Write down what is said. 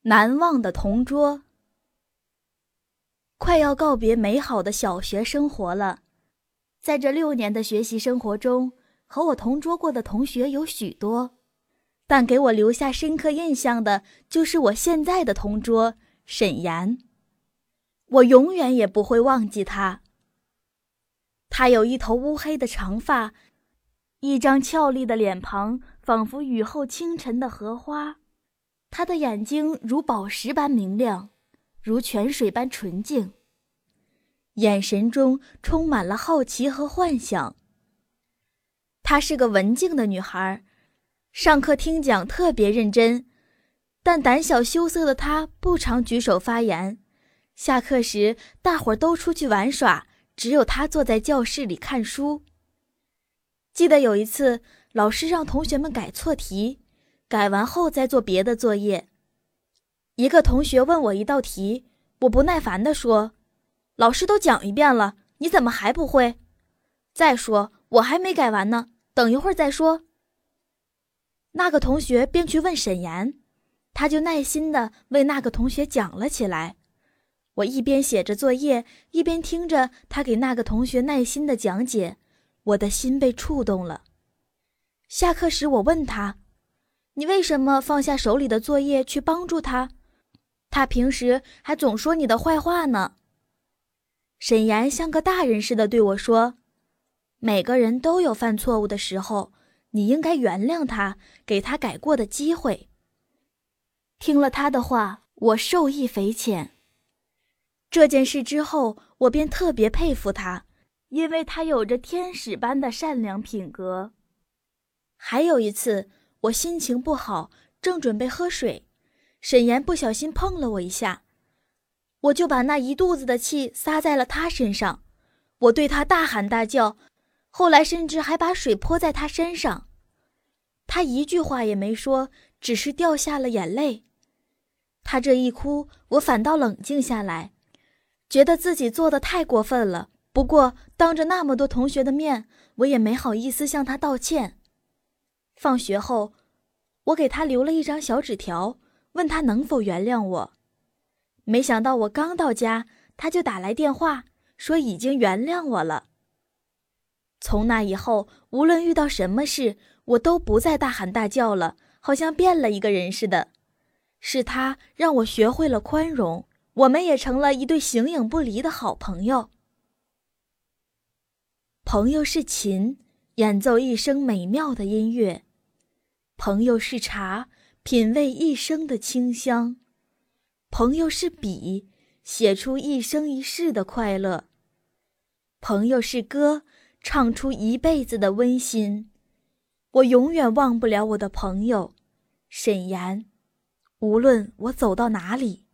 难忘的同桌。快要告别美好的小学生活了，在这6年的学习生活中，和我同桌过的同学有许多，但给我留下深刻印象的就是我现在的同桌沈岩。我永远也不会忘记他。他有一头乌黑的长发，一张俏丽的脸庞仿佛雨后清晨的荷花，他的眼睛如宝石般明亮，如泉水般纯净，眼神中充满了好奇和幻想。她是个文静的女孩，上课听讲特别认真，但胆小羞涩的她不常举手发言。下课时大伙儿都出去玩耍，只有她坐在教室里看书。记得有一次，老师让同学们改错题，改完后再做别的作业。一个同学问我一道题，我不耐烦地说：“老师都讲一遍了，你怎么还不会？再说，我还没改完呢，等一会儿再说。”那个同学便去问沈岩，他就耐心地为那个同学讲了起来。我一边写着作业，一边听着他给那个同学耐心地讲解，我的心被触动了。下课时我问他：“你为什么放下手里的作业去帮助他？他平时还总说你的坏话呢。”沈岩像个大人似的对我说：“每个人都有犯错误的时候，你应该原谅他，给他改过的机会。”听了他的话，我受益匪浅。这件事之后，我便特别佩服他，因为他有着天使般的善良品格。还有一次，我心情不好，正准备喝水，沈岩不小心碰了我一下，我就把那一肚子的气撒在了他身上。我对他大喊大叫，后来甚至还把水泼在他身上。他一句话也没说，只是掉下了眼泪。他这一哭，我反倒冷静下来，觉得自己做得太过分了。不过当着那么多同学的面，我也没好意思向他道歉。放学后，我给他留了一张小纸条，问他能否原谅我。没想到我刚到家，他就打来电话，说已经原谅我了。从那以后，无论遇到什么事，我都不再大喊大叫了，好像变了一个人似的。是他让我学会了宽容，我们也成了一对形影不离的好朋友。朋友是琴，演奏一生美妙的音乐；朋友是茶，品味一生的清香；朋友是笔，写出一生一世的快乐；朋友是歌，唱出一辈子的温馨。我永远忘不了我的朋友沈岩，无论我走到哪里。